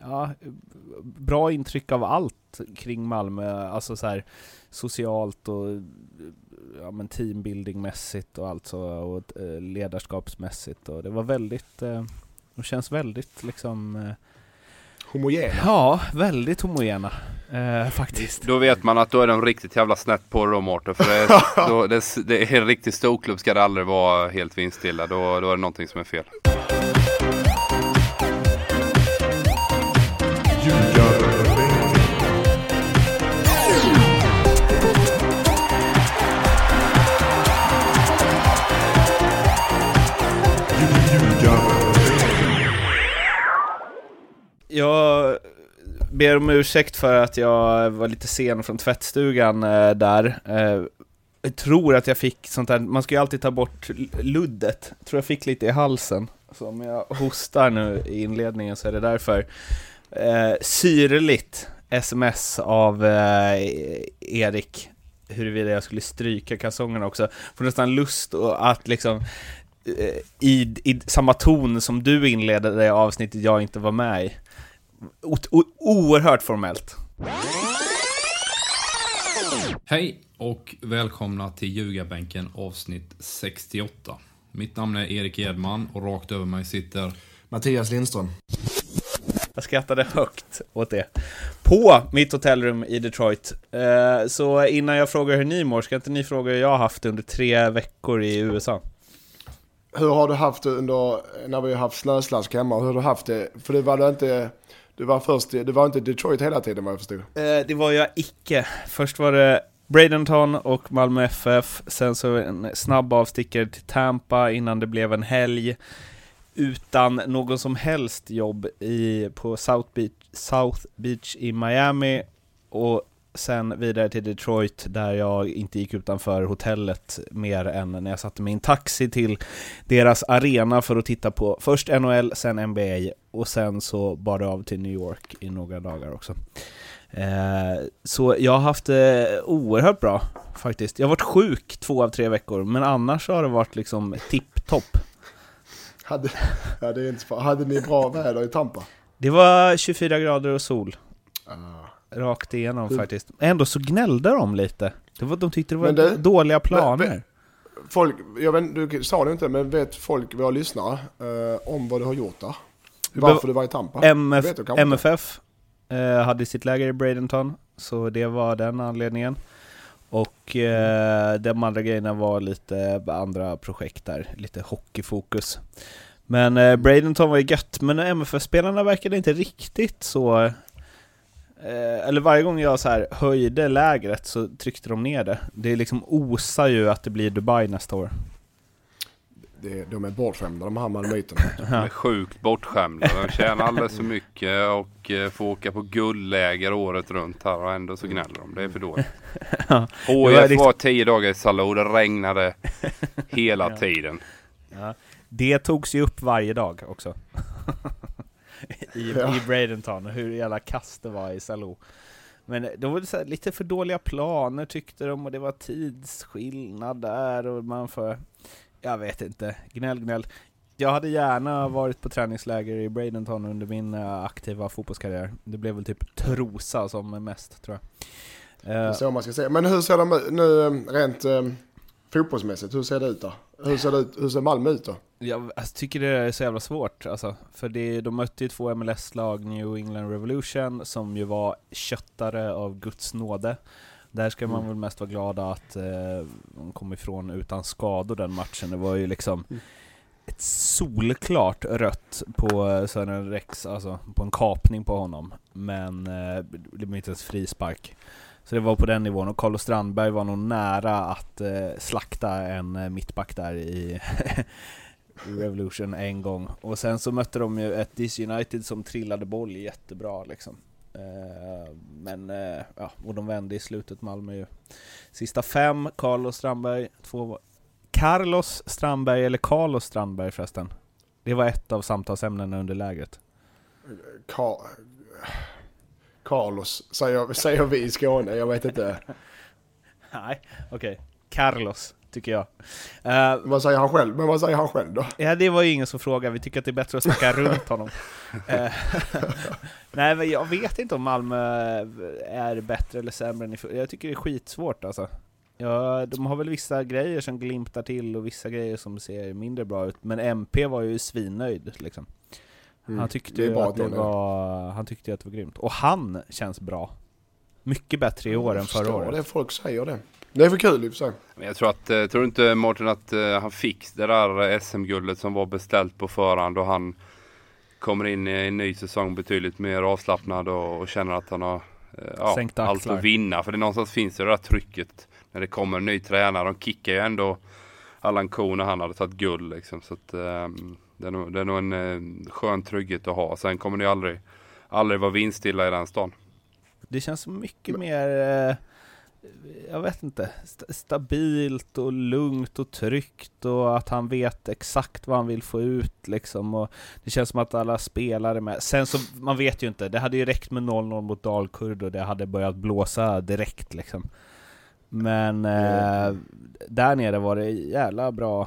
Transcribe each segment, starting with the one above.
bra intryck av allt kring Malmö, alltså så här socialt och teambuildingmässigt och allt så, och ledarskapsmässigt, och det var väldigt det känns väldigt liksom homogena. Ja, väldigt homogena faktiskt. Då vet man att då är de riktigt jävla snett på då, Mårten, för det är en riktig storklubb, ska det aldrig vara helt vinstilla, då är det någonting som är fel. Jag ber om ursäkt för att jag var lite sen från tvättstugan där. Jag tror att jag fick sånt där, man ska ju alltid ta bort luddet. Jag tror jag fick lite i halsen. Så om jag hostar nu i inledningen så är det därför. Syrligt sms av Erik huruvida jag skulle stryka kalsongerna också. Får nästan lust att liksom i samma ton som du inledde det avsnittet jag inte var med i. Oerhört formellt. Hej och välkomna till Ljugarbänken avsnitt 68. Mitt namn är Erik Edman och rakt över mig sitter Mattias Lindström. Jag skrattade högt åt det. På mitt hotellrum i Detroit. Så innan jag frågar hur ni mår, ska inte ni fråga hur jag har haft under 3 veckor i USA? Hur har du haft det när vi har haft snöslask hemma? Hur har du haft det? För det var inte Detroit hela tiden, vad jag förstod. Det var jag icke. Först var det Bradenton och Malmö FF. Sen så en snabb avstickare till Tampa innan det blev en helg utan någon som helst jobb på South Beach i Miami, och sen vidare till Detroit där jag inte gick utanför hotellet mer än när jag satte mig i en taxi till deras arena för att titta på först NHL, sen NBA och sen så bara av till New York i några dagar också. Så jag har haft det oerhört bra faktiskt. Jag har varit sjuk 2 av 3 veckor, men annars har det varit liksom tipptopp. Hade ni bra väder i Tampa? Det var 24 grader och sol. Rakt igenom faktiskt. Ändå så gnällde de lite. De tyckte det var dåliga planer. Folk, jag vet, du sa det inte, men vet folk, våra lyssnare, om vad du har gjort där? Varför du var i Tampa? MFF hade sitt läger i Bradenton, så det var den anledningen. Och de andra grejerna var lite andra projekt där, lite hockeyfokus. Men Bradenton var ju gött, men MFF-spelarna verkade inte riktigt så. Eller varje gång jag så här höjde lägret så tryckte de ner det. Det liksom osar ju att det blir Dubai nästa år. De är bortskämda, de här malmöiterna. De är sjukt bortskämda. De tjänar alldeles för mycket och får åka på guldläger året runt här, och ändå så gnäller de. Det är för dåligt. HIF var 10 dagar i Salo, det regnade hela tiden. Ja. Det togs ju upp varje dag också. I Bradenton, hur jävla kast det var i Salo. Men det var så här, lite för dåliga planer tyckte de, och det var tidsskillnad där och jag vet inte, gnäll. Jag hade gärna varit på träningsläger i Bradenton under min aktiva fotbollskarriär. Det blev väl typ Trosa som mest, tror jag. Det är så man ska säga. Men hur ser de ut nu rent fotbollsmässigt? Hur ser det ut då? Hur ser Malmö ut då? Jag tycker det är så jävla svårt alltså, för de mötte ju 2 MLS-lag, New England Revolution, som ju var köttare av Guds nåde. Där ska man väl mest vara glada att de kom ifrån utan skador den matchen. Det var ju liksom ett solklart rött på Sören Rex, alltså på en kapning på honom, men det blev inte ens frispark. Så det var på den nivån, och Carlos Strandberg var nog nära att slakta en mittback där i Revolution en gång. Och sen så mötte de ju ett DC United som trillade boll jättebra liksom. Och de vände i slutet, Malmö ju. Sista 5, Carlos Strandberg, 2 Carlos Strandberg, eller Carlos Strandberg förresten. Det var ett av samtalsämnena under lägret. Carlos säger vi i Skåne, jag vet inte. Nej, okej. Carlos. tycker jag. Vad säger han själv? Men vad säger han själv då? Ja, det var ju ingen som frågade. Vi tycker att det är bättre att snacka runt honom. Nej, men jag vet inte om Malmö är bättre eller sämre än jag tycker det är skitsvårt alltså. Ja, de har väl vissa grejer som glimtar till och vissa grejer som ser mindre bra ut. Men MP var ju svinnöjd liksom. Han tyckte ju att det var grymt. Och han känns bra. Mycket bättre i år än förra året. Det folk säger det. Det är för kul i och för sig. Jag tror inte Mårten att han fick det där SM-guldet som var beställt på förhand och han kommer in i en ny säsong betydligt mer avslappnad och känner att han har allt att vinna. För det någonstans finns det där trycket när det kommer en ny tränare. De kickar ju ändå Allan Kohn när han hade tagit guld liksom. Så att, det är nog en skön trygghet att ha. Sen kommer det aldrig vara vindstilla i den stan. Det känns mycket mer, jag vet inte, stabilt och lugnt och tryggt och att han vet exakt vad han vill få ut liksom. Och det känns som att alla spelare med. Sen så, man vet ju inte, det hade ju räckt med 0-0 mot Dalkurd och det hade börjat blåsa direkt liksom. Men där nere var det jävla bra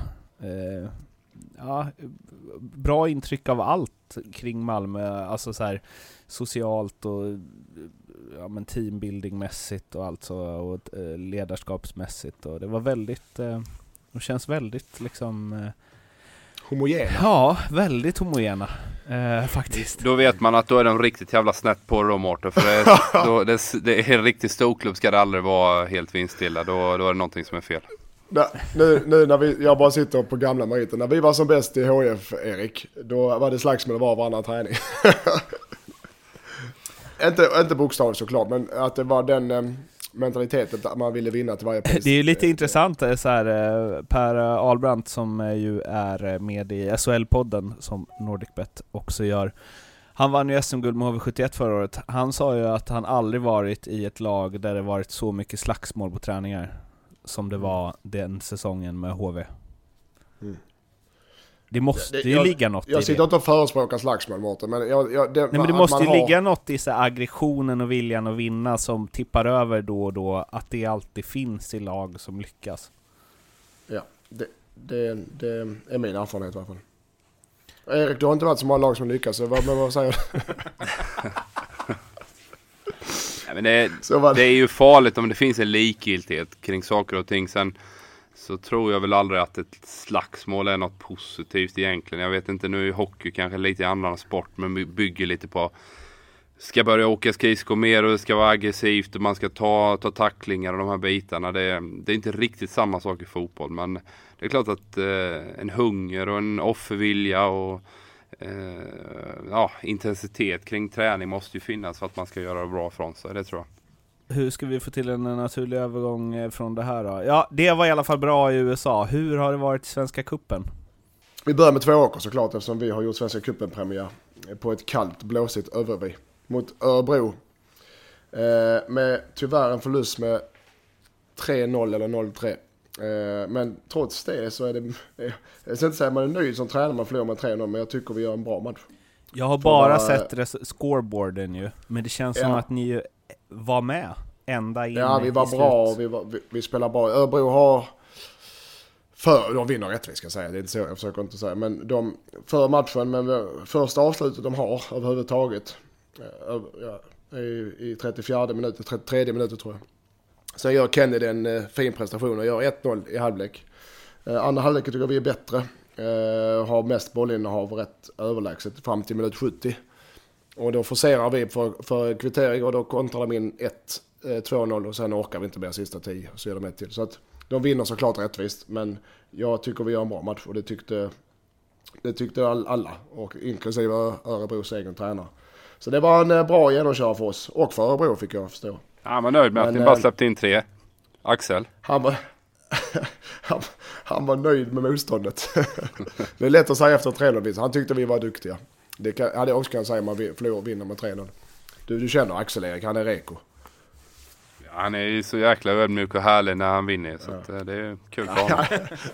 bra intryck av allt kring Malmö, alltså så här socialt och men teambuildingmässigt och allt så, och ledarskapsmässigt, och det var väldigt det känns väldigt liksom homogena. Ja, väldigt homogena faktiskt. Då vet man att då är de riktigt jävla snett på det, Mårten, för det är en riktig storklubb, ska det aldrig vara helt vindstilla, då är det någonting som är fel. Nu när jag bara sitter på gamla meriter. När vi var som bäst i HF, Erik, då var det slagsmål var varannan träning. inte bokstavligt såklart, men att det var den mentaliteten att man ville vinna till varje pris. Det är ju lite intressant så här, Per Albrandt som ju är med i SHL-podden som NordicBet också gör. Han vann ju SM-guld med HV71 förra året. Han sa ju att han aldrig varit i ett lag där det varit så mycket slagsmål på träningar som det var den säsongen med HV. Det måste ju ligga något i det. Jag sitter inte och förespråkar slagsmål, Mårten, men men det måste ju ligga något i så aggressionen och viljan att vinna som tippar över då och då, att det alltid finns i lag som lyckas. Ja, det är min erfarenhet i alla fall. Erik, du har inte varit så många lag som lyckas, men vad säger du? Men det är ju farligt om det finns en likgiltighet kring saker och ting. Sen så tror jag väl aldrig att ett slagsmål är något positivt egentligen. Jag vet inte, nu är hockey kanske lite annan sport, men bygger lite på ska börja åka skridskor mer och det ska vara aggressivt och man ska ta tacklingar och de här bitarna. Det är inte riktigt samma sak i fotboll, men det är klart att en hunger och en offervilja och intensitet kring träning måste ju finnas för att man ska göra det bra från sig, det tror jag. Hur ska vi få till en naturlig övergång från det här då? Ja, det var i alla fall bra i USA. Hur har det varit i Svenska Cupen? Vi börjar med Tvååker såklart, eftersom vi har gjort Svenska Cupen-premiär på ett kallt, blåsigt Övervi mot Örebro. Med tyvärr en förlust med 3-0 eller 0-3. Men trots det så är det, jag ska inte säga att man är nöjd som tränare man förlorar med 3-0, men jag tycker vi gör en bra match. Jag har bara sett scoreboarden ju, men det känns som att ni var med ända in. Ja, vi var bra och vi spelar bra. Örebro har de vinner rättvist, ska jag säga. Det är inte så, jag försöker inte säga, men de för matchen, men första avslutet de har överhuvudtaget i 34 minuter, 33 minuter tror jag. Sen gör Kennedy en fin prestation och gör 1-0 i halvlek. Andra halvlek tycker vi är bättre. Har mest bollinnehav rätt överlägset fram till minut 70. Och då forcerar vi för kvittering och då kontrar de in 2-0 och sen orkar vi inte mer sista 10 och så gör de ett till. Så att de vinner såklart rättvist, men jag tycker vi gör en bra match och det tyckte alla, och inklusive Örebros egen tränare. Så det var en bra genomkör för oss och för Örebro, fick jag förstå. Ja, man är nöjd med att ni bara släppte in 3. Axel? Han var nöjd med motståndet. Det är lätt att säga efter 3-0. Han tyckte vi var duktiga. Det hade jag också kunnat säga om man vinner med 3-0. Du känner Axel, Erik, han är reko. Ja, han är ju så jäkla ödmjuk och härlig när han vinner, så att det är kul för honom.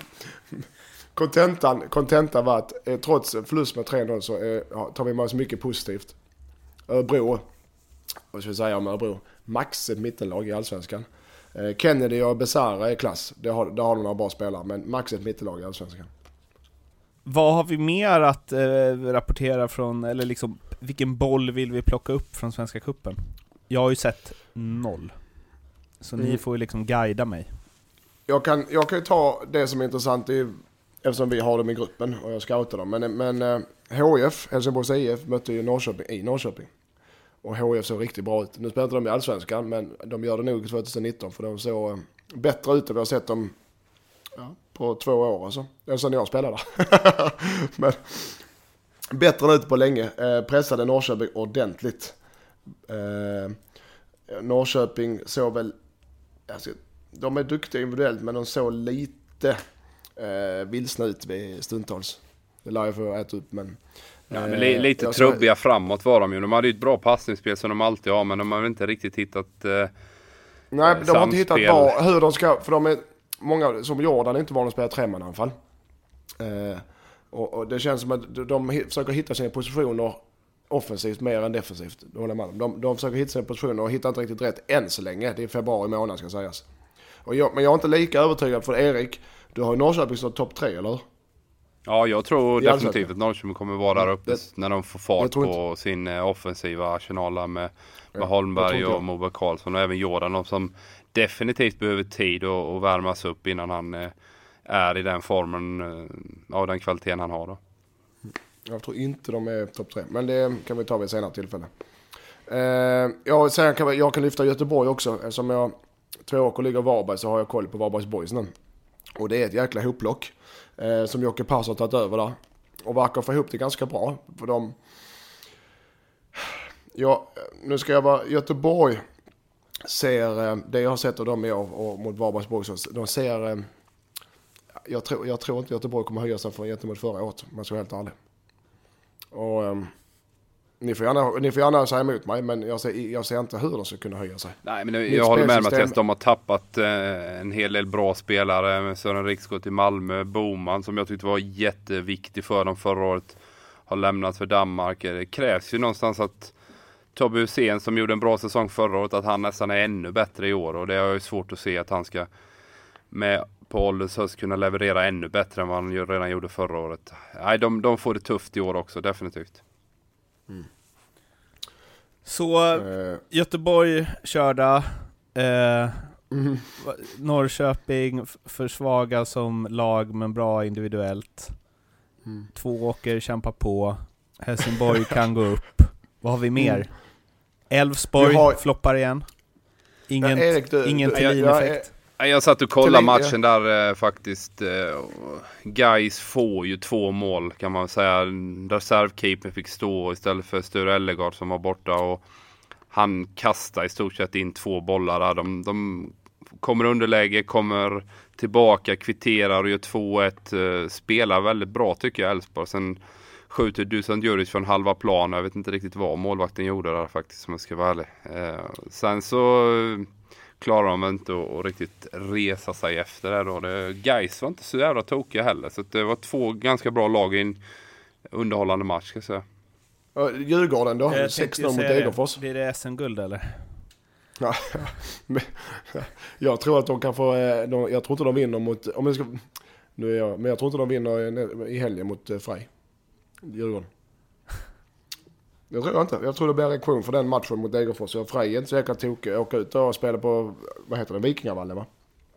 Kontentan var att trots förlust med 3-0 så tar vi med oss mycket positivt. Örebro, vad ska vi säga om Örebro? Max ett mittenlag i Allsvenskan. Kennedy och Besara är klass. Där har de några bra spelare, men max ett mittellag i Allsvenskan. Vad har vi mer att rapportera från, eller liksom, vilken boll vill vi plocka upp från Svenska Cupen? Jag har ju sett 0. Så ni får ju liksom guida mig. Jag kan ju ta det som är intressant eftersom vi har dem i gruppen och jag scoutar dem. Men HIF, Helsingborgs IF, mötte ju Norrköping i Norrköping. Och HIF såg riktigt bra ut. Nu spelar inte de i Allsvenskan, men de gör det nog 2019 för de såg bättre ut än vi har sett dem på 2 år. Alltså. Sen jag spelade där. Men bättre än ute på länge. Pressade Norrköping ordentligt. Norrköping såg väl... Alltså, de är duktiga individuellt, men de såg lite vilsna ut vid stundtals. Det lär jag få äta upp, men... Ja, men lite trubbiga framåt var de ju. De hade ju ett bra passningsspel som de alltid har, men de har väl inte riktigt hittat nej, de har inte hittat hur de ska... För de är många, som Jordan, inte van att spela treman i alla fall. Och det känns som att de försöker hitta sina positioner offensivt mer än defensivt. De försöker hitta sina positioner och hittar inte riktigt rätt än så länge. Det är februari månad ska sägas. Men jag är inte lika övertygad för Erik. Du har ju Norrköping som topp 3, eller? Ja, jag tror definitivt att Norrköping kommer vara där uppe när de får fart på sin offensiva arsenal med Holmberg och Moberg Karlsson och även Jordan som definitivt behöver tid att värmas upp innan han är i den formen av den kvaliteten han har då. Jag tror inte de är topp 3, men det kan vi ta vid senare tillfälle. Jag kan lyfta Göteborg också. Eftersom jag 2 år ligger i Varberg så har jag koll på Varbergs Boys nu. Och det är ett jäkla hopplock som Jocke Pass har tagit över där. Och verkar få ihop det ganska bra. För de... nu ska jag vara... Göteborg ser det jag har sett av dem i år och mot Varbergs Boys. De ser... Jag tror inte Göteborg kommer höja sig gentemot förra året, om jag ska vara helt ärlig. Och ni får gärna säga emot mig, men jag ser inte hur de ska kunna höja sig. Nej, men jag håller med Mattias, de har tappat en hel del bra spelare med Sören Riksgård i Malmö, Boman som jag tyckte var jätteviktig för dem förra året, har lämnat för Danmark. Det krävs ju någonstans att Tobbe Hussein som gjorde en bra säsong förra året, att han nästan är ännu bättre i år, och det har jag ju svårt att se att han ska med på ålders höst kunna leverera ännu bättre än vad han redan gjorde förra året. Nej, de får det tufft i år också, definitivt. Så Göteborg körda, Norrköping för svaga som lag men bra individuellt. 2 åker kämpa på. Helsingborg kan gå upp. Vad har vi mer? Elfsborg floppar igen. Ingen Thelin-effekt. Jag satt och kollade matchen där faktiskt. Gais får ju 2 mål kan man säga. Reservkeeper fick stå istället för Sture Ellegard som var borta. Och han kastade i stort sett in 2 bollar där. De kommer underläge, kommer tillbaka, kvitterar och gör 2-1. Spelar väldigt bra tycker jag Elfsborg. Sen skjuter Dusan Djuric från halva plan. Jag vet inte riktigt vad målvakten gjorde där faktiskt, som jag ska vara ärlig. Sen så... klarar de inte att riktigt resa sig efter det då. Gais var inte så jävla tokiga heller. Så det var 2 ganska bra lag i en underhållande match ska jag säga. Djurgården då? 6-0 mot Degerfors. Blir det SM-guld eller? Ja, jag tror att de kan få... jag tror inte de vinner mot... men jag tror inte de vinner i helgen mot Frej. Djurgården. Jag tror inte. Jag tror det blir en reaktion för den matchen mot Degerfors. Jag Frej är inte så jäkla tokig. Åka ut och spela på, vad heter det, Vikingavallen va?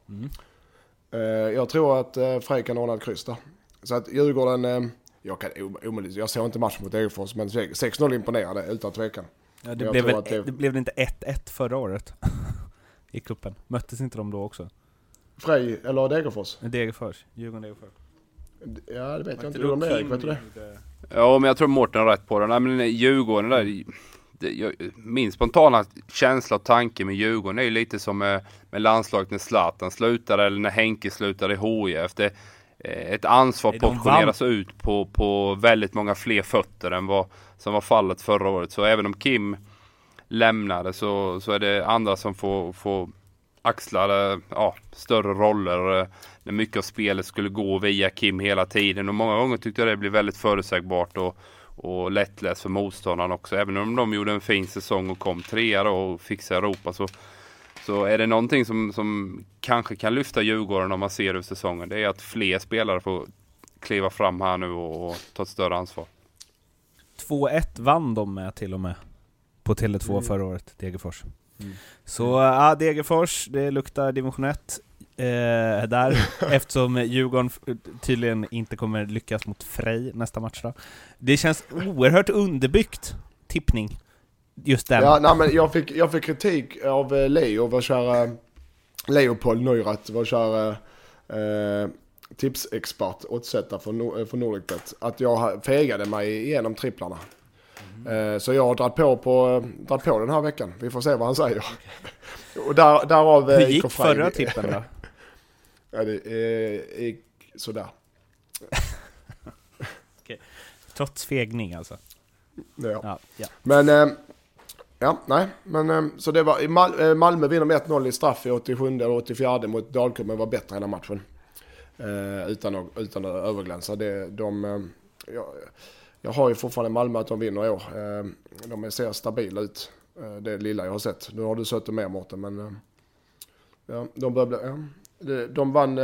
Jag tror att Frej kan ordna ett kryss där. Så att Djurgården, jag ser inte matchen mot Degerfors, men 6-0 imponerade utan tvekan. Ja, det blev inte 1-1 förra året i kuppen. Möttes inte de då också? Frej eller Degerfors? Djurgården-Degerfors. Ja, det vet jag inte. Hur de är, vet du det? Ja, men jag tror Mårten har rätt på det. Nej, men Djurgården där, min spontana känsla och tanke med Djurgården är ju lite som med landslaget när Zlatan slutade eller när Henke slutade i HIF. Det ett ansvar portioneras ut på väldigt många fler fötter än vad som var fallet förra året. Så även om Kim lämnade så är det andra som får axla större roller när mycket av spelet skulle gå via Kim hela tiden. Och många gånger tyckte jag det blev väldigt förutsägbart och lättläst för motståndarna också. Även om de gjorde en fin säsong och kom 3 och fixade Europa Så är det någonting som kanske kan lyfta Djurgården om man ser ut säsongen, det är att fler spelare får kliva fram här nu och ta ett större ansvar. 2-1 vann de med till och med på Tele2 förra året, Degerfors. Så Degerfors, det luktar division 1 där, eftersom Djurgården tydligen inte kommer lyckas mot Frej nästa match då. Det känns oerhört underbyggt tippning. Just den. Ja, nej, men jag fick kritik av Leo, vår kära Leopold Neurath, vår kära tipsexpert åtsätta för NordicBet, att jag fegade mig igenom tripplarna. Så jag har dragit på den här veckan. Vi får se vad han säger. Och därav hur gick förra tippen då? Ja, det gick sådär. Okay. Trots fegning alltså. Ja. Men så det var Malmö vinner med 1-0 i straff i 87 eller 84 mot Dalkurd, var bättre hela matchen. Utan att överglänsa det. Jag har ju fortfarande Malmö att de vinner i år. De ser stabila ut. Det lilla jag har sett. Nu har du sett det mer, Mårten, men de vann.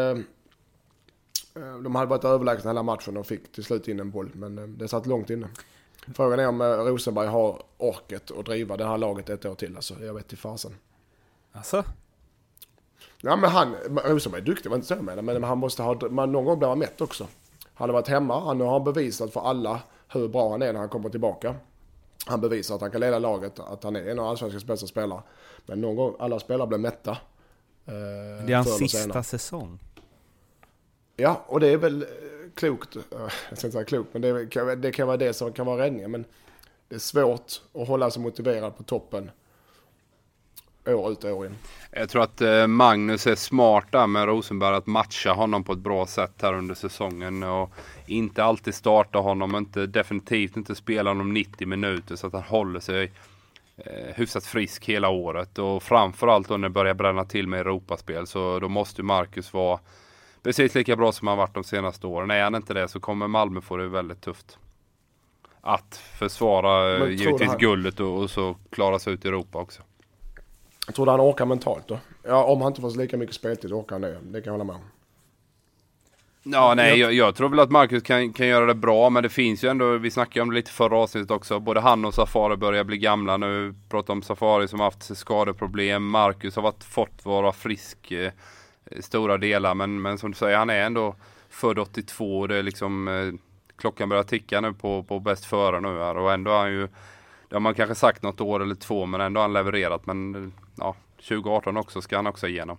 De hade varit överlägsna hela matchen och fick till slut in en boll, men det satt långt inne. Frågan är om Rosenberg har orket att driva det här laget ett år till. Alltså, jag vet i fasen. Alltså? Ja, men Rosenberg är duktig, var inte så med, men han måste ha, någon gång blir han mätt också. Han har varit hemma, han har bevisat för alla hur bra han är när han kommer tillbaka. Han bevisar att han kan leda laget, att han är en av allsvenskans bästa spelare. Men någon gång alla spelare blir mätta. Det är hans sista säsong. Ja, och det är väl klokt. Jag ska inte säga klokt, men det kan vara det som kan vara räddningen. Men det är svårt att hålla sig motiverad på toppen år ut och år in. Jag tror att Magnus är smart där med Rosenberg, att matcha honom på ett bra sätt här under säsongen och inte alltid starta honom, definitivt inte spela honom 90 minuter så att han håller sig hyfsat frisk hela året, och framförallt då när det börjar bränna till med Europaspel, så då måste Marcus vara precis lika bra som han varit de senaste åren. Är han inte det så kommer Malmö få det väldigt tufft att försvara givetvis guldet och så klara sig ut i Europa också. Jag tror han orkar mentalt då. Ja, om han inte får så lika mycket speltid orkar han det. Det kan jag hålla med om. Ja, nej, jag tror väl att Marcus kan göra det bra, men det finns ju ändå, vi snackade om det lite förra avsnittet också, både han och Safari börjar bli gamla nu. Pratar om Safari som har haft skadeproblem. Marcus har fått vara frisk stora delar, men som du säger, han är ändå född 82 och det är liksom klockan börjar ticka nu på bäst före nu här, och ändå har han ju, det har man kanske sagt något år eller två, men ändå har han levererat, men ja, 2018 också ska han också igenom.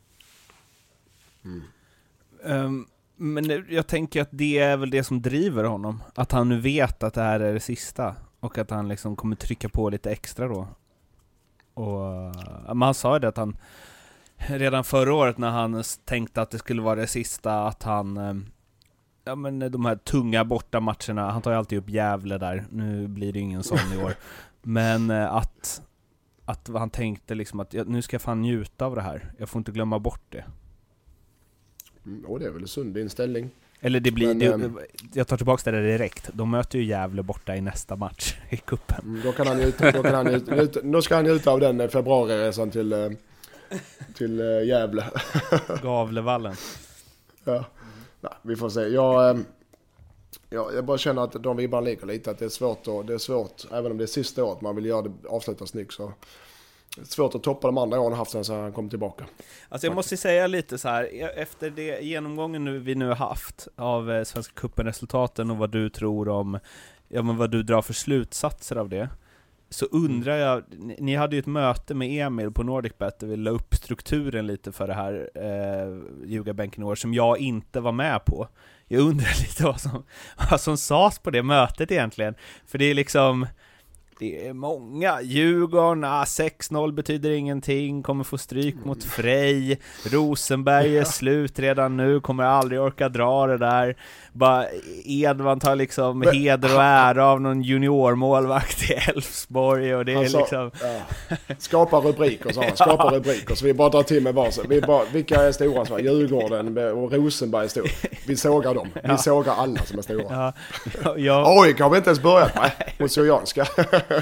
Men jag tänker att det är väl det som driver honom, att han nu vet att det här är det sista och att han liksom kommer trycka på lite extra då. Och man sa ju det att han redan förra året när han tänkte att det skulle vara det sista, att han men de här tunga borta matcherna, han tar ju alltid upp Gävle där, nu blir det ingen sån i år, men att han tänkte liksom att nu ska jag fan njuta av det här, jag får inte glömma bort det. Och det är väl en sund inställning. Eller det blir, jag tar tillbaka det direkt. De möter ju Gävle borta i nästa match i kuppen. Då kan han då ska han njuta av den februariresan till Gävle. Gavlevallen. Ja. Nej, vi får se. Jag bara känner att de vibbar ligger lite, att det är svårt, även om det är sista året man vill göra det, avsluta snyggt, så det är svårt att toppa de andra åren haft sen så han kom tillbaka. Alltså jag måste säga lite så här, efter det genomgången vi nu har haft av Svenska cupen-resultaten och vad du tror om, men vad du drar för slutsatser av det, så undrar jag, ni hade ju ett möte med Emil på NordicBet där vi la upp strukturen lite för det här Ljugarbänken år som jag inte var med på. Jag undrar lite vad som sades på det mötet egentligen, för det är liksom, det är många. Djurgården, 6-0 betyder ingenting, kommer få stryk mot Frej. Rosenberg är slut redan nu, kommer aldrig orka dra det där. Bara Edvard tar liksom heder och ära av någon juniormålvakt i Elfsborg, och det är alltså, liksom skapa rubriker så vi bara drar till med varsin. Vilka är stora så? Djurgården och Rosenberg är stora. Vi sågar dem. Vi sågar alla som är stora. AIK har vi inte ens börjat med mot Syrianska.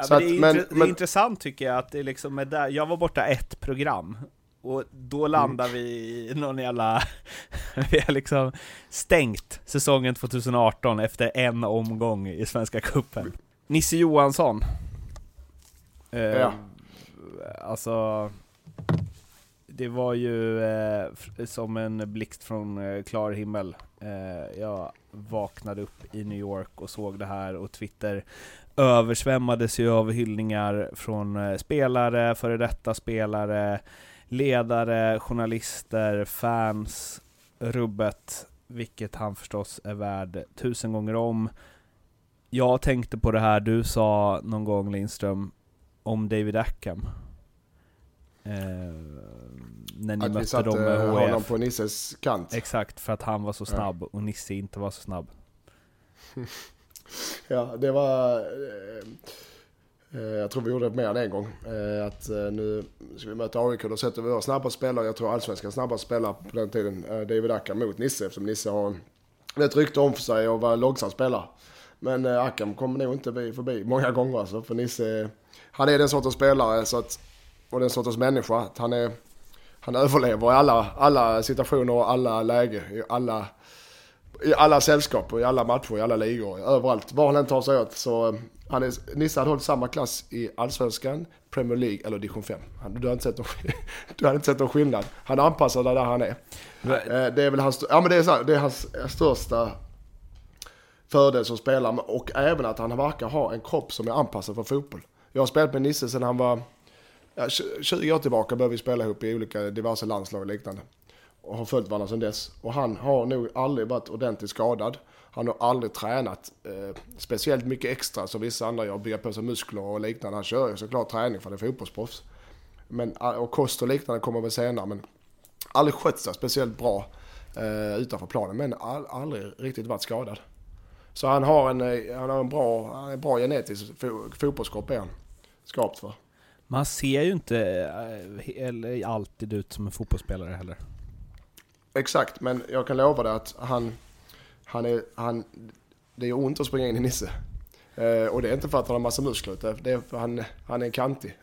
Ja, det är intressant tycker jag att det liksom är där. Jag var borta ett program och då landar vi i någon jävla vi har liksom stängt säsongen 2018 efter en omgång i Svenska cupen. Nisse Johansson. Alltså det var ju som en blixt från klar himmel. Jag vaknade upp i New York och såg det här, och Twitter översvämmades ju av hyllningar från spelare, före detta spelare, ledare, journalister, fans, rubbet, vilket han förstås är värd 1000 gånger om. Jag tänkte på det här du sa någon gång, Lindström, om David Ackham. När ni att mötte dem med HF. Honom på Nisses kant. Exakt, för att han var så snabb och Nisse inte var så snabb. Ja, det var... jag tror vi gjorde det mer än en gång. Att nu ska vi möta AIK, då sätter vi våra snabba spelare. Jag tror allsvenska snabba spelare på den tiden. David Ackham mot Nisse, eftersom Nisse har ett rykte om för sig och var långsam spelare. Men Ackham kommer nog inte förbi många gånger. Alltså, för Nisse, han är den sortens spelare så att, och den sortens människa. Att han överlever i alla situationer och alla lägen. I alla sällskap och i alla matcher, i alla ligor, överallt. Var han än tar sig åt, så Nisse hade hållit samma klass i Allsvenskan, Premier League eller Division 5. Du hade inte sett någon skillnad. Han är anpassad där han är. Det är väl hans, det är hans största fördel som spelare, och även att han verkar ha en kropp som är anpassad för fotboll. Jag har spelat med Nisse sedan han var 20 år tillbaka, började vi spela ihop i olika diverse landslag och liknande. Och har följt varandra sedan dess. Och han har nog aldrig varit ordentligt skadad. Han har aldrig tränat speciellt mycket extra som vissa andra gör, bygga på sig muskler och liknande. Han kör ju såklart träning för det är fotbollsproffs. Och kost och liknande kommer väl senare, men aldrig skött sig speciellt bra utanför planen, men aldrig riktigt varit skadad. Så han har en bra genetisk fotbollskropp är han skapt för. Man ser ju inte alltid ut som en fotbollsspelare heller. Exakt, men jag kan lova dig att det är ont att springa in i Nisse. Och det är inte för att han har massa muskler, det är för han är kantig.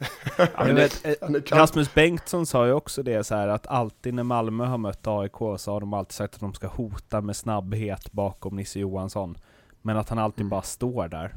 Rasmus Bengtsson sa ju också det så här, att alltid när Malmö har mött AIK så har de alltid sagt att de ska hota med snabbhet bakom Nisse Johansson. Men att han alltid bara står där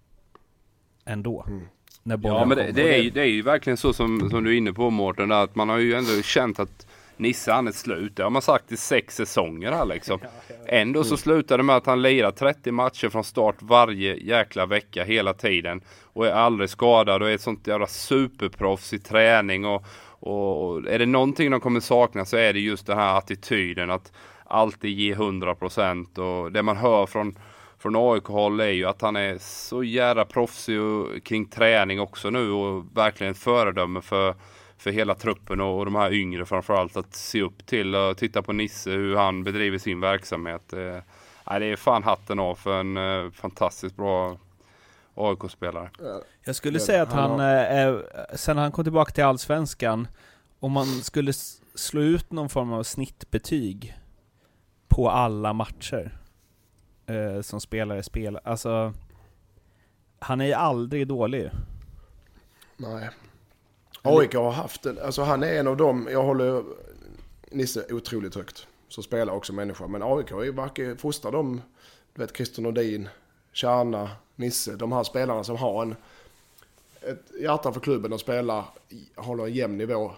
ändå. Ja, men det är ju verkligen så som du är inne på, Mårten, att man har ju ändå känt att Nisse han är slut. Det har man sagt i 6 säsonger här liksom. Ändå så slutar det med att han lirar 30 matcher från start varje jäkla vecka hela tiden. Och är aldrig skadad och är ett sånt jävla superproffs i träning. Och är det någonting de kommer sakna så är det just den här attityden att alltid ge 100%. Och det man hör från AIK-håll är ju att han är så jävla proffsig kring träning också nu. Och verkligen ett föredöme för hela truppen och de här yngre framförallt att se upp till och titta på Nisse, hur han bedriver sin verksamhet. Det är fan hatten av för en fantastiskt bra AIK-spelare. Jag skulle säga att han sen han kom tillbaka till Allsvenskan, om man skulle slå ut någon form av snittbetyg på alla matcher som spelare spelar, alltså han är ju aldrig dålig. Nej. AIK har haft en, alltså han är en av dem, jag håller Nisse otroligt högt, så spelar också människor, men AIK är ju varken fostrar dem, du vet Christer Nordin, Kärna, Nisse, de här spelarna som har ett hjärta för klubben och håller en jämn nivå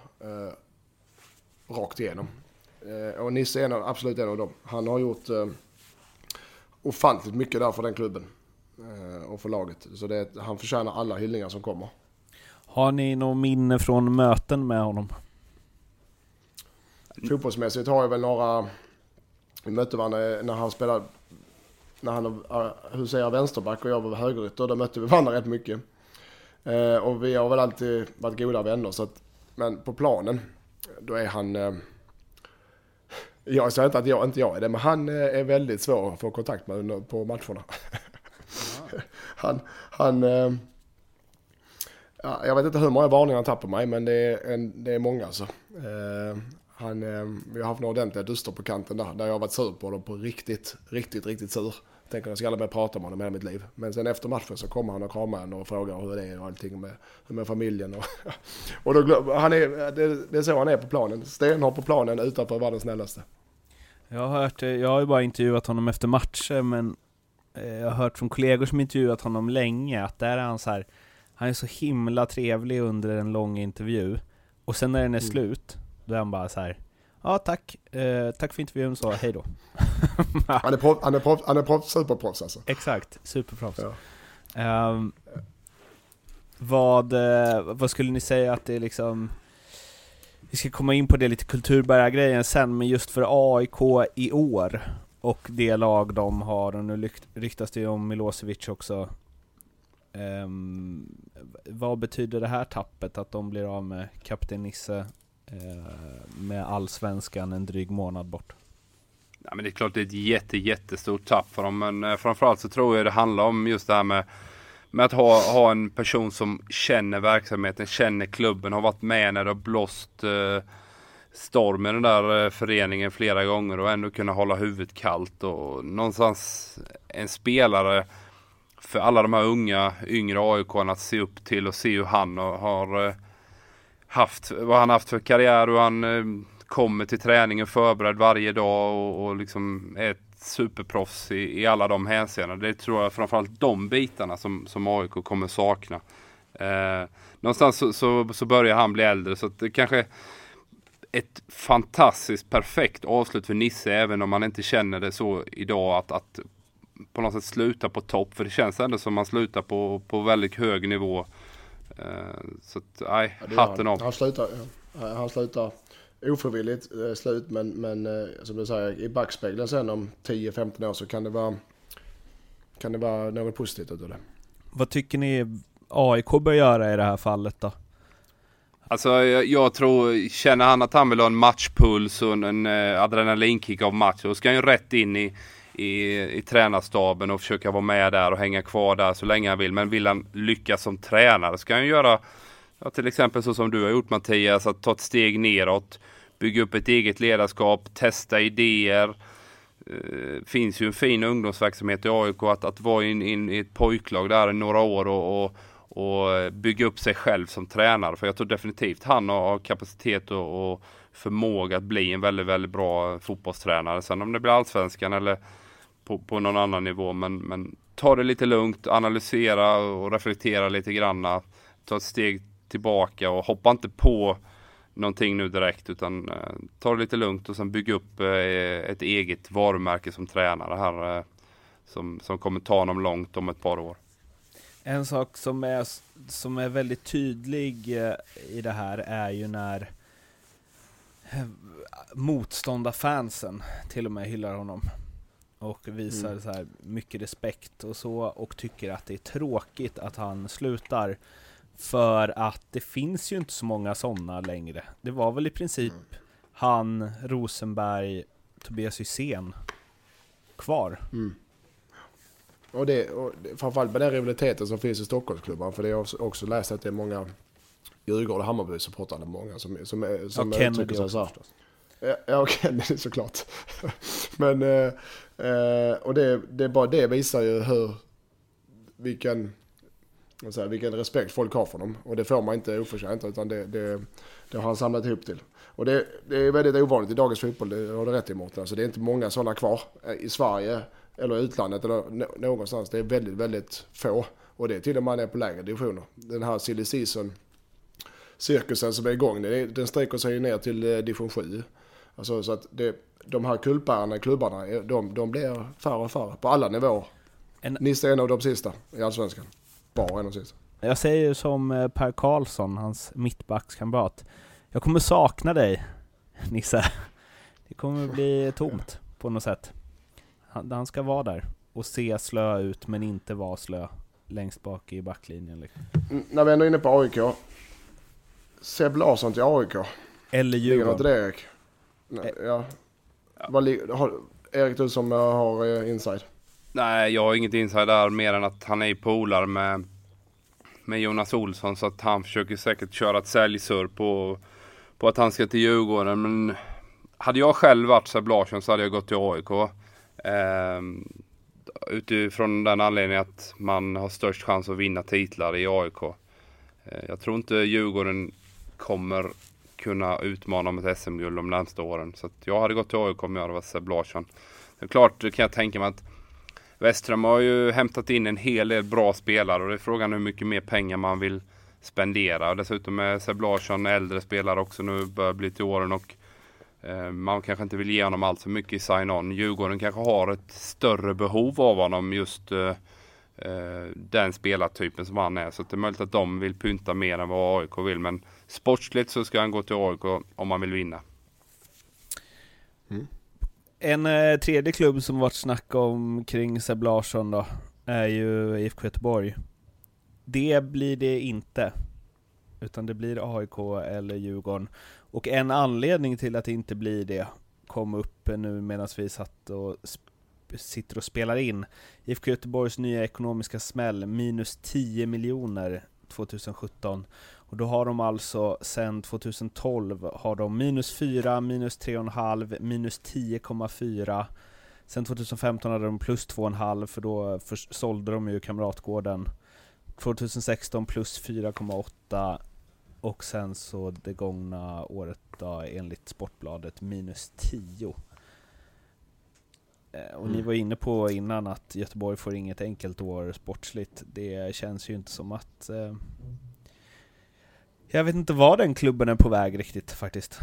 rakt igenom. Och Nisse är absolut en av dem. Han har gjort ofantligt mycket där för den klubben och för laget, så han förtjänar alla hyllningar som kommer. Har ni någon minne från möten med honom? Fotbollsmässigt har jag väl några. Vi mötte varandra när han huserar vänsterback och jag var högerytter. Då mötte vi varandra rätt mycket. Och vi har väl alltid varit goda vänner. Så att, men på planen, då är han... jag säger inte att jag inte är det, men han är väldigt svår att få kontakt med på matcherna. Jag vet inte hur många varningar han tappar mig, men det är många alltså. Vi har haft några ordentliga duster på kanten där jag har varit sur på dem på riktigt sur tänker jag ska aldrig mer prata om honom hela mitt liv. Men sen efter matchen så kommer han och kramar en och frågar hur det är och allting med familjen. Och då, det är så han är på planen. Stenhård på planen utanför vara den snällaste. Jag har ju bara intervjuat honom efter matcher, men jag har hört från kollegor som intervjuat honom länge att där är han så här, han är så himla trevlig under en lång intervju, och sen när den är slut då är han bara så här: ja tack för intervjun, så hej då. Han är proffs, superproffs alltså. Exakt, superproffs. Ja. Vad skulle ni säga att det är liksom, vi ska komma in på det lite kulturbärargrejen sen, men just för AIK i år och det lag de har, och nu ryktas det ju om Milosevic också. Vad betyder det här tappet, att de blir av med kapten Nisse med allsvenskan en dryg månad bort? Ja, men det är klart det är ett jättestort tapp för dem, men framförallt så tror jag det handlar om just det här med att ha en person som känner verksamheten, känner klubben, har varit med när det har blåst storm i den där föreningen flera gånger och ändå kunna hålla huvudet kallt, och någonstans en spelare för alla de här yngre AIK-arna att se upp till och se hur han har haft, vad han haft för karriär, och han kommer till träningen förberedd varje dag och liksom är ett superproffs i alla de hänseenden. Det tror jag framförallt de bitarna som AIK kommer sakna. Någonstans så börjar han bli äldre, så att det kanske ett fantastiskt perfekt avslut för Nisse, även om man inte känner det så idag, att på något sätt sluta på topp, för det känns ändå som man slutar på väldigt hög nivå. Så att, nej, hatten av. Han slutar ofrivilligt slut, men som du säger, i backspegeln sen om 10-15 år så kan det vara något positivt utav det. Vad tycker ni AIK bör göra i det här fallet då? Alltså jag tror, känner han att han vill ha en matchpuls och en adrenalinkick av match, då ska han ju rätt in i tränarstaben och försöka vara med där och hänga kvar där så länge han vill. Men vill han lyckas som tränare ska han göra, till exempel så som du har gjort, Mattias, att ta ett steg neråt, bygga upp ett eget ledarskap, testa idéer. Finns ju en fin ungdomsverksamhet i AIK att vara in i ett pojklag där i några år och bygga upp sig själv som tränare. För jag tror definitivt han har kapacitet och förmåga att bli en väldigt, väldigt bra fotbollstränare. Sen om det blir allsvenskan eller på någon annan nivå. Men ta det lite lugnt, analysera och reflektera lite grann. Ta ett steg tillbaka och hoppa inte på någonting nu direkt, utan ta det lite lugnt och sen bygga upp ett eget varumärke som tränare här som kommer ta honom långt om ett par år. En sak som är väldigt tydlig i det här är ju när motståndarfansen till och med hyllar honom och visar så här mycket respekt och så, och tycker att det är tråkigt att han slutar, för att det finns ju inte så många sådana längre. Det var väl i princip han, Rosenberg, Tobias Hysén kvar. Och framförallt med den rivaliteten som finns i Stockholmsklubban, för det är också läst att det är många Djurgården och Hammarby supportande, många som Kennedy sig så här. Ja, och Kennedy såklart. Men och det bara det visar ju vilken respekt folk har för dem, och det får man inte oförtjänt, utan det har han samlat ihop till. Och det är väldigt ovanligt i dagens fotboll, det har du rätt emot. Alltså det är inte många sådana kvar i Sverige eller utlandet eller någonstans. Det är väldigt, väldigt få, och det är till och med på lägre divisioner. Den här silly season cirkusen som är igång, den sträcker sig ner till division 7. Alltså, så att de här kultbärarna, klubbarna, de blir färre och färre på alla nivåer. Nisse är en av de sista i allsvenskan. Bara en av de sista. Jag säger som Per Karlsson, hans mittbackskamrat: jag kommer sakna dig, Nisse. Det kommer bli tomt på något sätt. Han ska vara där och se slö ut, men inte vara slö längst bak i backlinjen. Liksom. När vi ändå är inne på AIK, Seb Larsson till AIK. Eller Djurgården. Ligger något Erik? Ja. Erik, du som har inside? Nej, jag har inget inside där mer än att han är polare med Jonas Olsson, så att han försöker säkert köra ett säljsur på att han ska till Djurgården. Men hade jag själv varit Seb Larsson så hade jag gått till AIK. utifrån den anledningen att man har störst chans att vinna titlar i AIK. Jag tror inte Djurgården kommer kunna utmana om ett SM-guld de närmaste åren. Så att jag hade gått till AIK om jag hade varit Seb Larsson. Det är klart, det kan jag tänka mig att Westström har ju hämtat in en hel del bra spelare och det är frågan hur mycket mer pengar man vill spendera. Och dessutom är Seb Larsson äldre spelare också nu, börjar bli till åren och man kanske inte vill ge honom allt för mycket i sign-on. Djurgården kanske har ett större behov av honom, just den spelartypen som han är. Så det är möjligt att de vill pynta mer än vad AIK vill. Men sportsligt så ska han gå till AIK om man vill vinna. En tredje klubb som varit snack om kring Seb Larsson då är ju IFK Göteborg. Det blir det inte. Utan det blir AIK eller Djurgården. Och en anledning till att det inte blir det kom upp nu medan vi sitter och spelar in. IFK Göteborgs nya ekonomiska smäll, minus 10 miljoner 2017. Och då har de alltså sedan 2012 har de minus 4, minus 3,5, minus 10,4. Sen 2015 hade de plus 2,5 för då sålde de ju Kamratgården. 2016 plus 4,8 och sen så det gångna året då, enligt Sportbladet minus 10. Och ni var inne på innan att Göteborg får inget enkelt år sportsligt. Det känns ju inte som att jag vet inte vad den klubben är på väg riktigt faktiskt.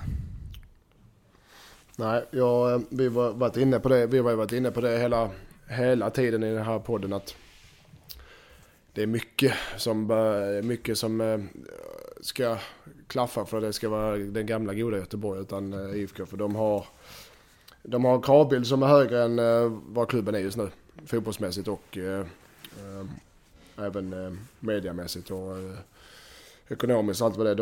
Nej, vi har varit inne på det. Vi har varit inne på det hela tiden i den här podden att det är mycket som ska klaffa för att det ska vara den gamla goda Göteborg utan IFK. För de har kravbild som är högre än vad klubben är just nu. Fotbollsmässigt och även mediamässigt och ekonomiskt och allt vad det är.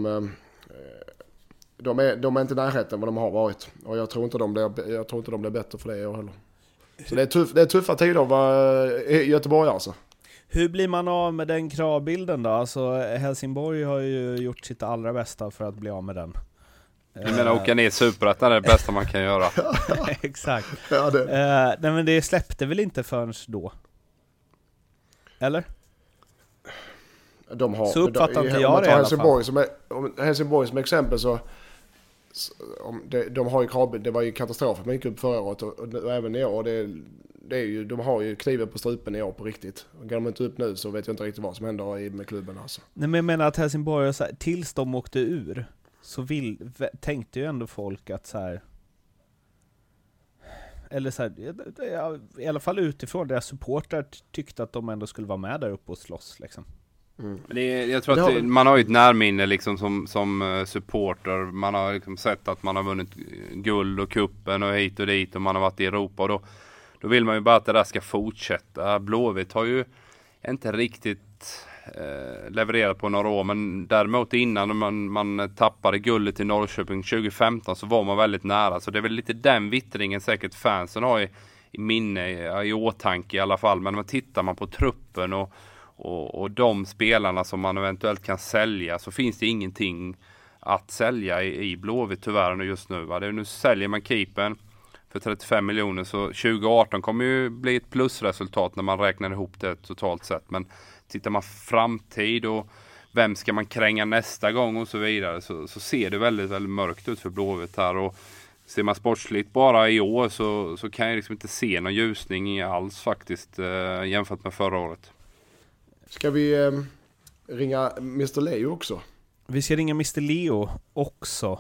De är inte närheten vad de har varit. Och jag tror inte de blir bättre för det i år heller. Så det är tuffa tider att vara Göteborg alltså. Hur blir man av med den kravbilden då? Alltså Helsingborg har ju gjort sitt allra bästa för att bli av med den. Jag menar åka ner Superettan är det bästa man kan göra. Exakt. Ja, nej men det släppte väl inte förrän då? Eller? Så uppfattar inte jag det i alla fall. Helsingborg som exempel så de har ju kravbild. Det var ju katastrof man gick upp förra året och även i år. De har ju kniven på strupen i år på riktigt. Går de inte upp nu så vet jag inte riktigt vad som händer med klubben alltså. Nej men jag menar att Helsingborg tills de åkte ur så tänkte ju ändå folk att så här, eller så här, i alla fall utifrån deras supportrar tyckte att de ändå skulle vara med där uppe och slåss liksom. Jag tror att man har ju ett närminne liksom som supporter. Man har liksom sett att man har vunnit guld och kuppen och hit och dit och man har varit i Europa och då vill man ju bara att det där ska fortsätta. Blåvitt har ju inte riktigt levererat på några år, men däremot innan man tappade guldet i Norrköping 2015 så var man väldigt nära. Så det är väl lite den vittringen säkert fansen har i minne, i åtanke i alla fall. Men när tittar man på truppen och de spelarna som man eventuellt kan sälja så finns det ingenting att sälja i Blåvitt tyvärr just nu. Va? Nu säljer man keepern för 35 miljoner så 2018 kommer ju bli ett plusresultat när man räknar ihop det totalt sett. Men tittar man framtid och vem ska man kränga nästa gång och så vidare så ser det väldigt, väldigt mörkt ut för Blåvitt här. Och ser man sportsligt bara i år så kan jag liksom inte se någon ljusning alls faktiskt jämfört med förra året. Ska vi ringa Mr. Leo också? Vi ska ringa Mr. Leo också.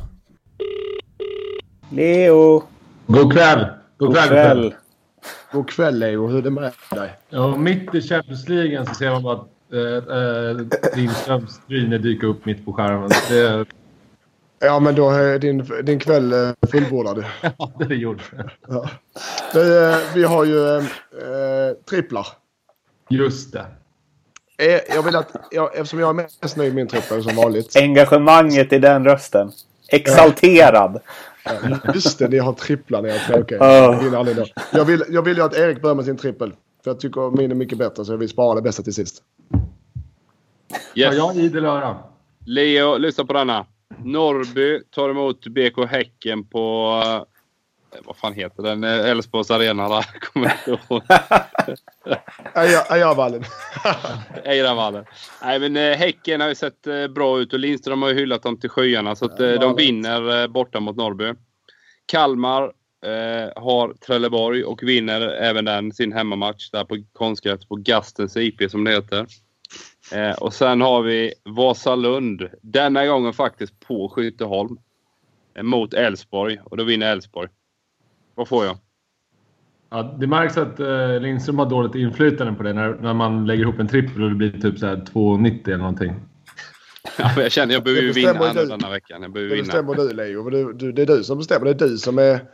Leo! God kväll! God kväll Leo, hur är det med dig? Ja, mitt i Champions League så ser man bara Lindströms tryne dyka upp mitt på skärmen. Ja, men då är din kväll fullbordad. Ja, det gjorde ja. Vi har ju tripplar. Just det. Jag vill eftersom jag är mest nöjd med min trippel som vanligt. Engagemanget i den rösten. Exalterad. Just det, ni har tripplar när jag tråkar. Jag vill ju att Erik börjar med sin trippel. För jag tycker min är mycket bättre så jag vill spara det bästa till sist. Yes. Ja, jag idel öra. Leo, lyssna på denna. Norrby tar emot BK Häcken på vad fan heter den? Älvsborgs arena där. Kommer inte ihåg. Eiravallen. Eiravallen. Nej, men Häcken har ju sett bra ut och Lindström har ju hyllat dem till skyarna. Så att de vinner borta mot Norrby. Kalmar har Trelleborg och vinner även den sin hemmamatch där på konstgräs på Gastens IP som det heter. Och sen har vi Vasalund. Denna gången faktiskt på Skytteholm. Mot Älvsborg. Och då vinner Älvsborg. Vad får jag? Ja, det märks att Lindström har dåligt inflytande på det när man lägger ihop en trippel och det blir typ så här 2,90 eller någonting. Ja, jag känner jag behöver ju vinna denna veckan. Jag behöver vinna. Det bestämmer du, Leo. Det är du som bestämmer. Det är du som är...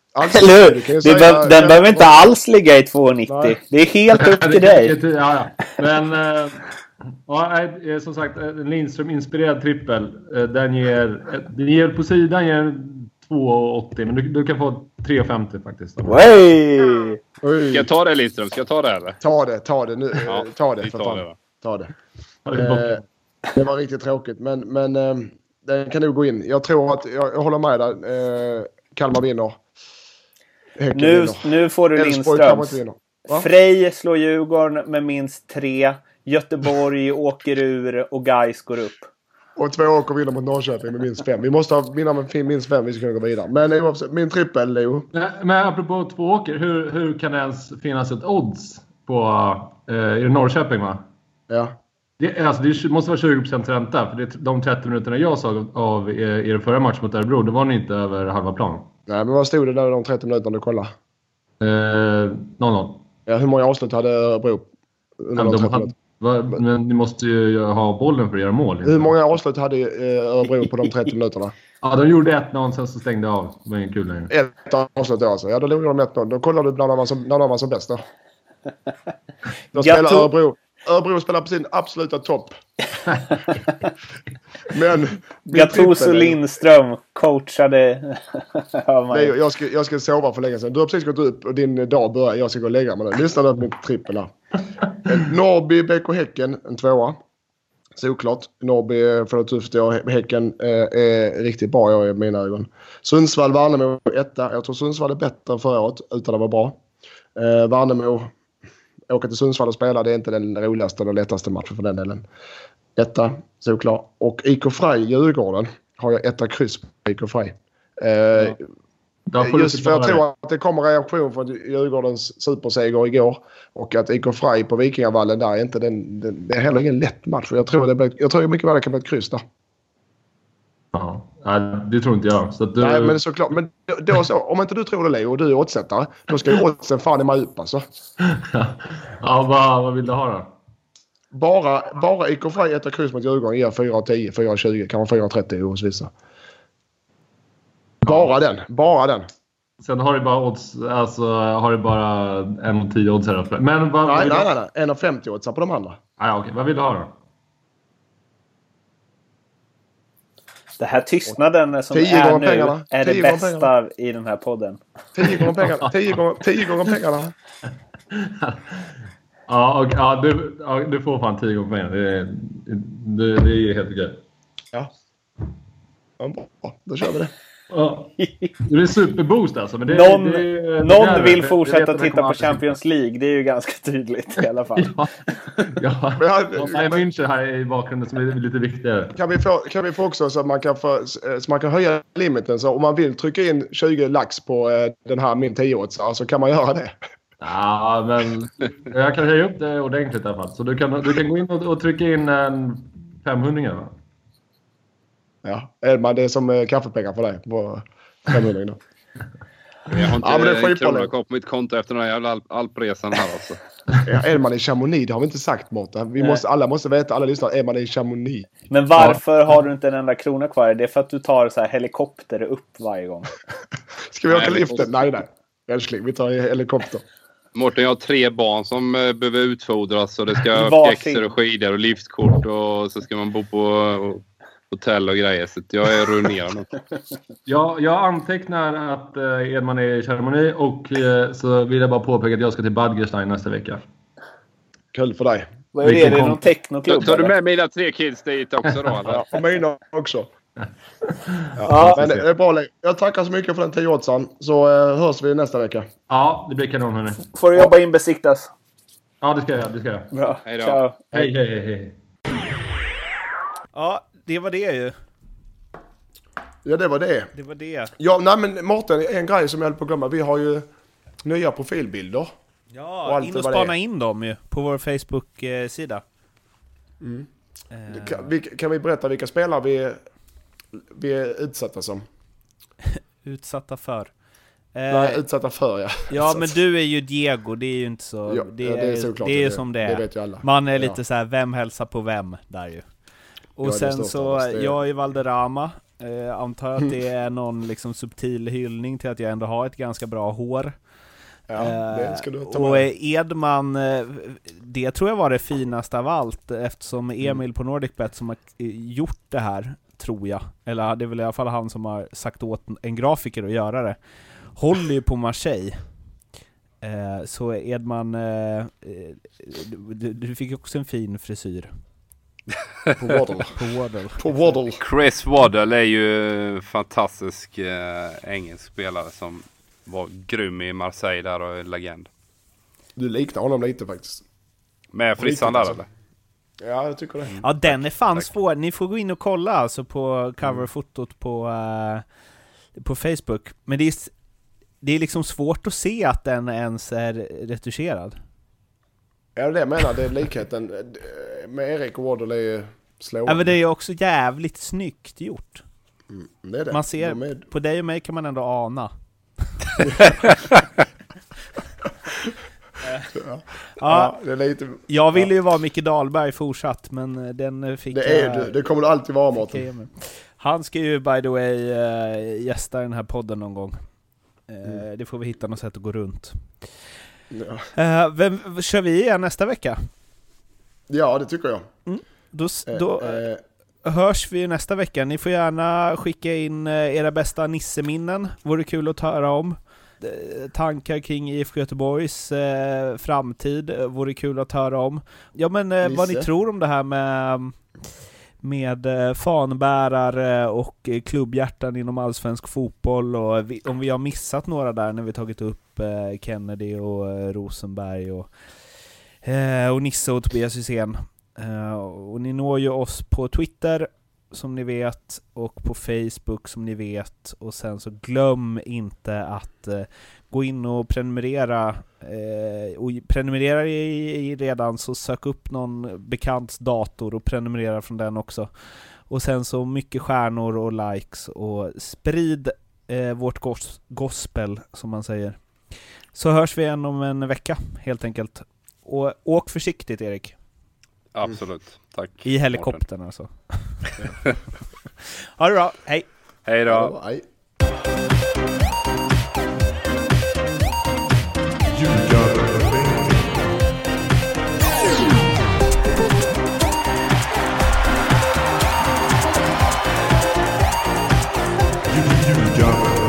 Den behöver inte alls ligga i 2,90. Det är helt upp till dig. Ja. Men som sagt, en Lindström-inspirerad trippel. Den ger på sidan 2,80. Men du kan få 3,50 faktiskt. Wey! Ska jag ta det, Lindström? Ska jag ta det eller? Ta det nu. Ja, ta det. Ta det. Det var riktigt tråkigt. Men den kan nog gå in. Jag tror att jag håller med där. Kalmar vinner. Nu får du Lindströms. Frej slår Djurgården med minst 3. Göteborg åker ur och Gais går upp. Och 2 åker vinner mot Norrköping med minst 5. Vi måste vinna med minst 5 vi ska kunna gå vidare. Men min trippel, Leo. Men apropå 2 åker, hur kan det ens finnas ett odds på i Norrköping, va? Ja. Det måste vara 20% ränta. För de 30 minuterna jag såg av er förra match mot Örebro, då var ni inte över halva plan. Nej, men vad stod det där de 30 minuterna du kollade? 0-0. Ja, hur många avslut hade Örebro under de 30 minuterna? Men ni måste ju ha bollen för att göra mål. Hur många avslut hade Örebro på de 30 minuterna? Ja, de gjorde 1-0 sen så stängde av. Det var ingen kul längre. Ett avslut då alltså. Ja, då gjorde de 1-0. Då kollade du när de var som bäst då. Då spelar Örebro spelar på sin absoluta topp. Men Gattuso Lindström coachade. Nej, jag ska sova för länge sedan. Du har precis gått upp och din dag börjar. Jag ska gå och lägga mig nu. Lyssna på mitt trippel här. Norrby, BK Häcken, en 2. Såklart. Norrby får det tufft. Häcken är riktigt bra i mina ögon. Sundsvall, Värnamo 1. Jag tror Sundsvall är bättre förra året utan att vara bra. Värnamo, åka till Sundsvall och spela, det är inte den roligaste eller lättaste matchen för den delen. 1, såklart. Och IK Frej, Djurgården, har jag 1 kryss på IK Frej. Just för jag tror att det kommer reaktion från Djurgårdens superseger igår. Och att IK Frej på Vikingavallen där är inte det är heller ingen lätt match. Jag tror mycket väl det kan bli ett kryss där. Ja, det tror inte jag. Så att Nej, men såklart. Men då så, om inte du tror det, Leo, och du är oddsättare, då ska ju oddsen fan i mig upp alltså. Ja, vad vill du ha då? Bara IK Frej 1 kryss mot Djurgården ger 4,10, 4,20, kan vara 4,30 hos vissa. Bara den. Sen har du bara odds, alltså har du bara 1,10 odds här uppe. Men nej, 1,50 odds på de andra. Ja, okej. Vad vill du ha då? Det här tystnaden som är nu är det bästa i den här podden. 10 gånger pengarna. 10 gånger pengarna. Ja, du får fan 10 gånger pengarna. Det är helt okej. Ja. Bra, då kör vi det. Ja. Det är superboost alltså. Men någon vill fortsätta titta på Champions League. Det är ju ganska tydligt i alla fall. Ja. Jag München här i bakgrunden som är lite viktigare. Kan vi få också så att man kan höja limiten. Så om man vill trycka in 20 lax på den här min 10-åts så kan man göra det. Ja, men jag kan höja upp det ordentligt i alla fall. Så du kan gå in och trycka in en 500, va? Ja, Edman, det är som kaffepengar för dig på 500 då. Jag har inte en krona kvar på mitt konto efter den här jävla alpresan här alltså. Ja, Edman i Chamonix, det har vi inte sagt, Mårten. Alla måste veta, alla lyssnar, Edman i Chamonix. Men varför har du inte en enda krona kvar? Det är för att du tar så här helikopter upp varje gång. Ska vi åka liften? Nej. Älskling, vi tar helikopter. Mårten, jag har 3 barn som behöver utfodras. Och det ska pjäxor och skidor och liftkort. Och så ska man bo på hotell och grejer. Så jag är ruinerad. Jag antecknar att Edman är i Chamonix. Och så vill jag bara påpeka att jag ska till Badgerstein nästa vecka. Kul för dig. Vad är det? Är det någon technoklubb? Tar du med mina 3 kids dit också då? Eller? Ja, och mina också. Men det är bra. Jag tackar så mycket för den 10-8, så hörs vi nästa vecka. Ja, det blir kanon, hörni. Får du jobba in besiktas? Ja, det ska jag. Bra. Hej då. Ciao. Hej. Ja, det var det ju. Ja, det var det. Det var det. Ja, nej men Mårten, en grej som jag höll på att glömma. Vi har ju nya profilbilder. Ja, in och spana in dem ju på vår Facebook-sida. Kan vi berätta vilka spelare vi är utsatta som? Utsatta för. Nej, utsatta för, ja. Ja, men du är ju Diego, det är ju inte så... Ja, det är såklart. Det är som det är. Det vet ju alla. Man är lite så här, vem hälsar på vem där ju. Och sen så, jag är Valderrama. Antar att det är någon liksom subtil hyllning till att jag ändå har ett ganska bra hår. Ja, det ska du ta med. Och Edman, det tror jag var det finaste av allt, eftersom Emil på NordicBet som har gjort det här, tror jag, eller det är väl i alla fall han som har sagt åt en grafiker att göra det, håller ju på Marseille. Så Edman, du fick också en fin frisyr. På Waddle. Chris Waddle är ju fantastisk engelsk spelare som var grym i Marseille där och är legend. Du liknar honom lite faktiskt. Med frissan där eller? Ja, jag tycker det. Ja, den är fan svår. Ni får gå in och kolla alltså på coverfotot på Facebook. Men det är liksom svårt att se att den ens är retuscherad. Ja, det jag menar, det är likheten med Erik och Waddle är ju slående. Ja, men det är ju också jävligt snyggt gjort. Det är det. Man ser, på dig och mig kan man ändå ana. Ja, det är lite, jag ville ju vara Micke Dahlberg fortsatt, men den fick det kommer du alltid vara, Mårten. Han ska ju by the way gästa den här podden någon gång. Det får vi hitta något sätt att gå runt. Ja. Vem kör vi igen nästa vecka? Ja, det tycker jag. Då hörs vi nästa vecka. Ni får gärna skicka in era bästa Nisse-minnen. Vore kul att höra om. Tankar kring IFK Göteborgs framtid. Vore kul att höra om. Ja, men vad ni tror om det här med fanbärare och klubbhjärtan inom allsvensk fotboll, och om vi har missat några där när vi tagit upp Kennedy och Rosenberg och Nisse och Tobias Hysén. Och ni når ju oss på Twitter som ni vet, och på Facebook som ni vet, och sen så glöm inte att gå in och prenumerera, och prenumererar i redan, så sök upp någon bekants dator och prenumerera från den också, och sen så mycket stjärnor och likes, och sprid vårt gospel som man säger. Så hörs vi igen om en vecka helt enkelt, och åk försiktigt, Erik. Absolut, tack. I helikoptern alltså. Ha det bra, hej. Hej då. Hej. You got